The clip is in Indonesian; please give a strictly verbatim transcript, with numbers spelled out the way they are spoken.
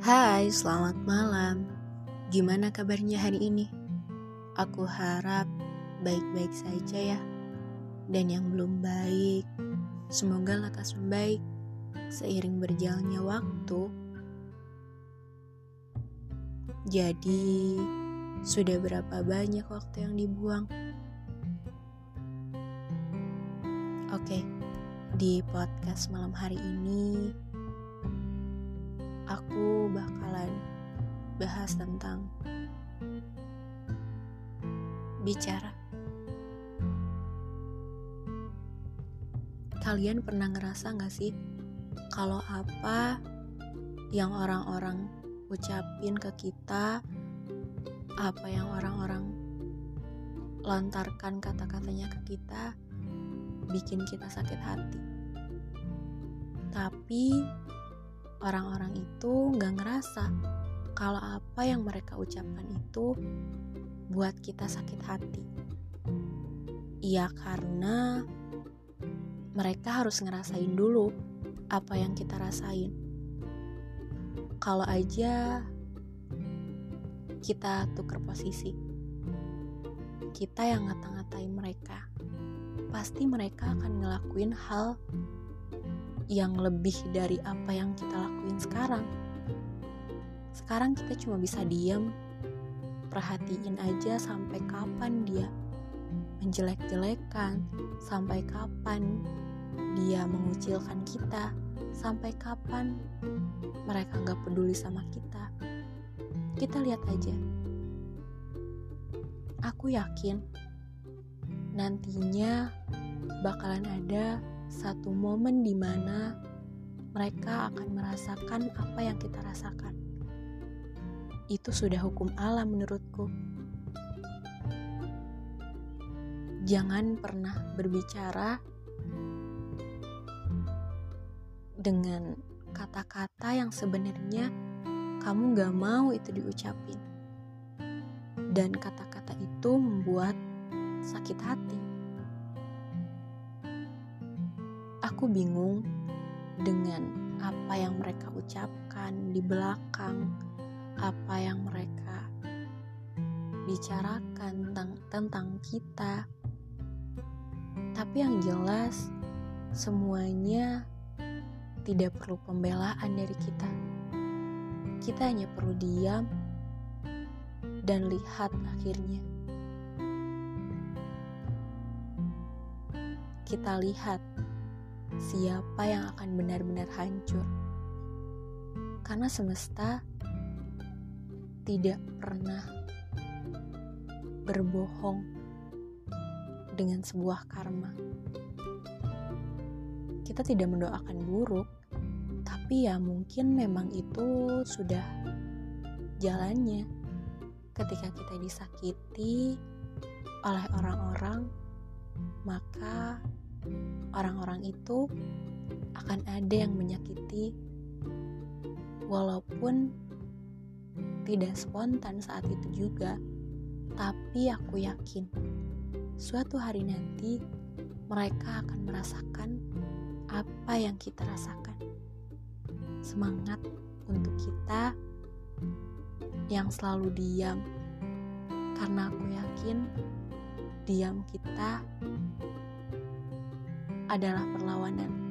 Hai, selamat malam. Gimana kabarnya hari ini? Aku harap baik-baik saja ya. Dan yang belum baik, semoga lekas membaik seiring berjalannya waktu. Jadi, sudah berapa banyak waktu yang dibuang? Oke, di podcast malam hari ini aku bakalan bahas tentang bicara. Kalian pernah ngerasa gak sih kalau apa yang orang-orang ucapin ke kita, apa yang orang-orang lontarkan kata-katanya ke kita bikin kita sakit hati, tapi orang-orang itu gak ngerasa kalau apa yang mereka ucapkan itu buat kita sakit hati. Iya, karena mereka harus ngerasain dulu apa yang kita rasain. Kalau aja kita tuker posisi, kita yang ngata-ngatain mereka, pasti mereka akan ngelakuin hal yang lebih dari apa yang kita lakuin sekarang. Sekarang kita cuma bisa diam, perhatiin aja sampai kapan dia menjelek-jelekan, sampai kapan dia mengucilkan kita, sampai kapan mereka gak peduli sama kita. Kita lihat aja. Aku yakin nantinya bakalan ada satu momen di mana mereka akan merasakan apa yang kita rasakan. Itu sudah hukum alam menurutku. Jangan pernah berbicara dengan kata-kata yang sebenarnya kamu gak mau itu diucapin. Dan kata-kata itu membuat sakit hati. Aku bingung dengan apa yang mereka ucapkan di belakang, apa yang mereka bicarakan tentang, tentang kita. Tapi yang jelas, semuanya tidak perlu pembelaan dari kita. Kita hanya perlu diam dan lihat akhirnya. Kita lihat siapa yang akan benar-benar hancur. Karena semesta tidak pernah berbohong dengan sebuah karma. Kita tidak mendoakan buruk, tapi ya mungkin memang itu sudah jalannya. Ketika kita disakiti oleh orang-orang, maka orang-orang itu akan ada yang menyakiti walaupun tidak spontan saat itu juga. Tapi aku yakin suatu hari nanti mereka akan merasakan apa yang kita rasakan. Semangat untuk kita yang selalu diam, karena aku yakin diam kita adalah perlawanan.